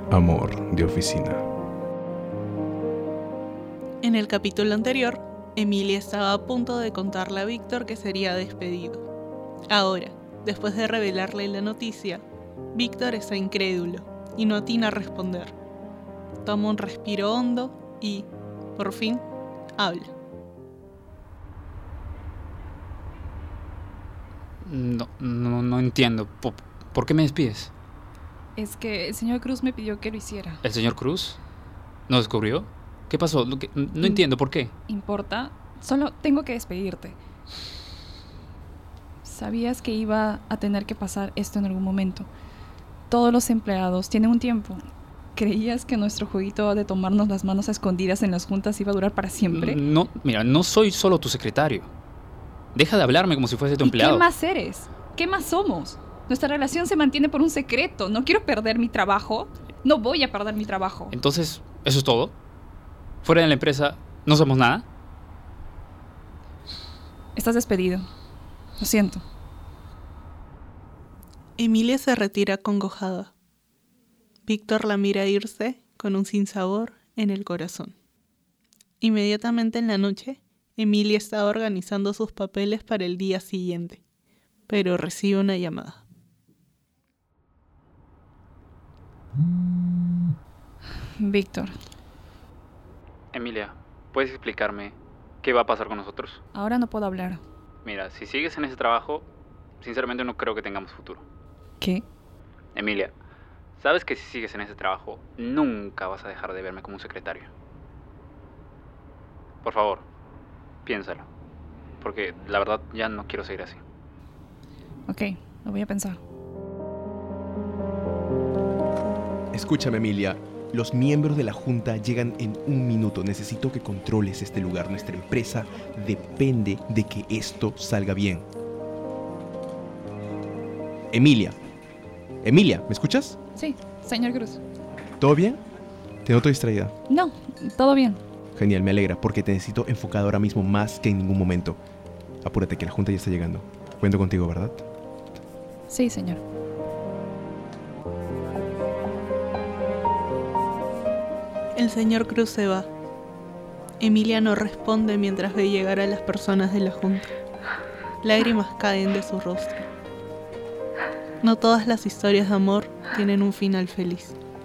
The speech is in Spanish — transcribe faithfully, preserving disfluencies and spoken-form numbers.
Amor de oficina. En el capítulo anterior, Emilia estaba a punto de contarle a Víctor que sería despedido. Ahora, después de revelarle la noticia, Víctor está incrédulo y no atina a responder. Toma un respiro hondo y, por fin, habla. No, no, no entiendo. ¿Por, ¿Por qué me despides? Es que el señor Cruz me pidió que lo hiciera. ¿El señor Cruz? ¿No descubrió? ¿Qué pasó? Lo que- No entiendo, ¿por qué? ¿Importa? Solo tengo que despedirte. Sabías que iba a tener que pasar esto en algún momento. Todos los empleados tienen un tiempo. ¿Creías que nuestro jueguito de tomarnos las manos a escondidas en las juntas iba a durar para siempre? No, mira, no soy solo tu secretario. Deja de hablarme como si fuese tu ¿Y empleado. qué más eres? ¿Qué más somos? Nuestra relación se mantiene por un secreto. No quiero perder mi trabajo. No voy a perder mi trabajo. Entonces, ¿eso es todo? ¿Fuera de la empresa no somos nada? Estás despedido. Lo siento. Emilia se retira acongojada. Víctor la mira irse con un sinsabor en el corazón. Inmediatamente en la noche, Emilia estaba organizando sus papeles para el día siguiente, pero recibe una llamada. Víctor, Emilia, ¿puedes explicarme qué va a pasar con nosotros? ahora no puedo hablar. Mira, si sigues en ese trabajo, sinceramente no creo que tengamos futuro. ¿Qué? Emilia, sabes que si sigues en ese trabajo, nunca vas a dejar de verme como un secretario. Por favor, piénsalo. Porque la verdad ya no quiero seguir así. Ok, lo voy a pensar. Escúchame, Emilia. Los miembros de la junta llegan en un minuto. Necesito que controles este lugar. Nuestra empresa depende de que esto salga bien. Emilia. Emilia, ¿me escuchas? Sí, señor Cruz. ¿Todo bien? Te noto distraída. No, todo bien. Genial, me alegra, porque te necesito enfocado ahora mismo más que en ningún momento. Apúrate, que la junta ya está llegando. Cuento contigo, ¿verdad? Sí, señor. El señor Cruz se va. Emilia no responde mientras ve llegar a las personas de la junta. Lágrimas caen de su rostro. No todas las historias de amor tienen un final feliz.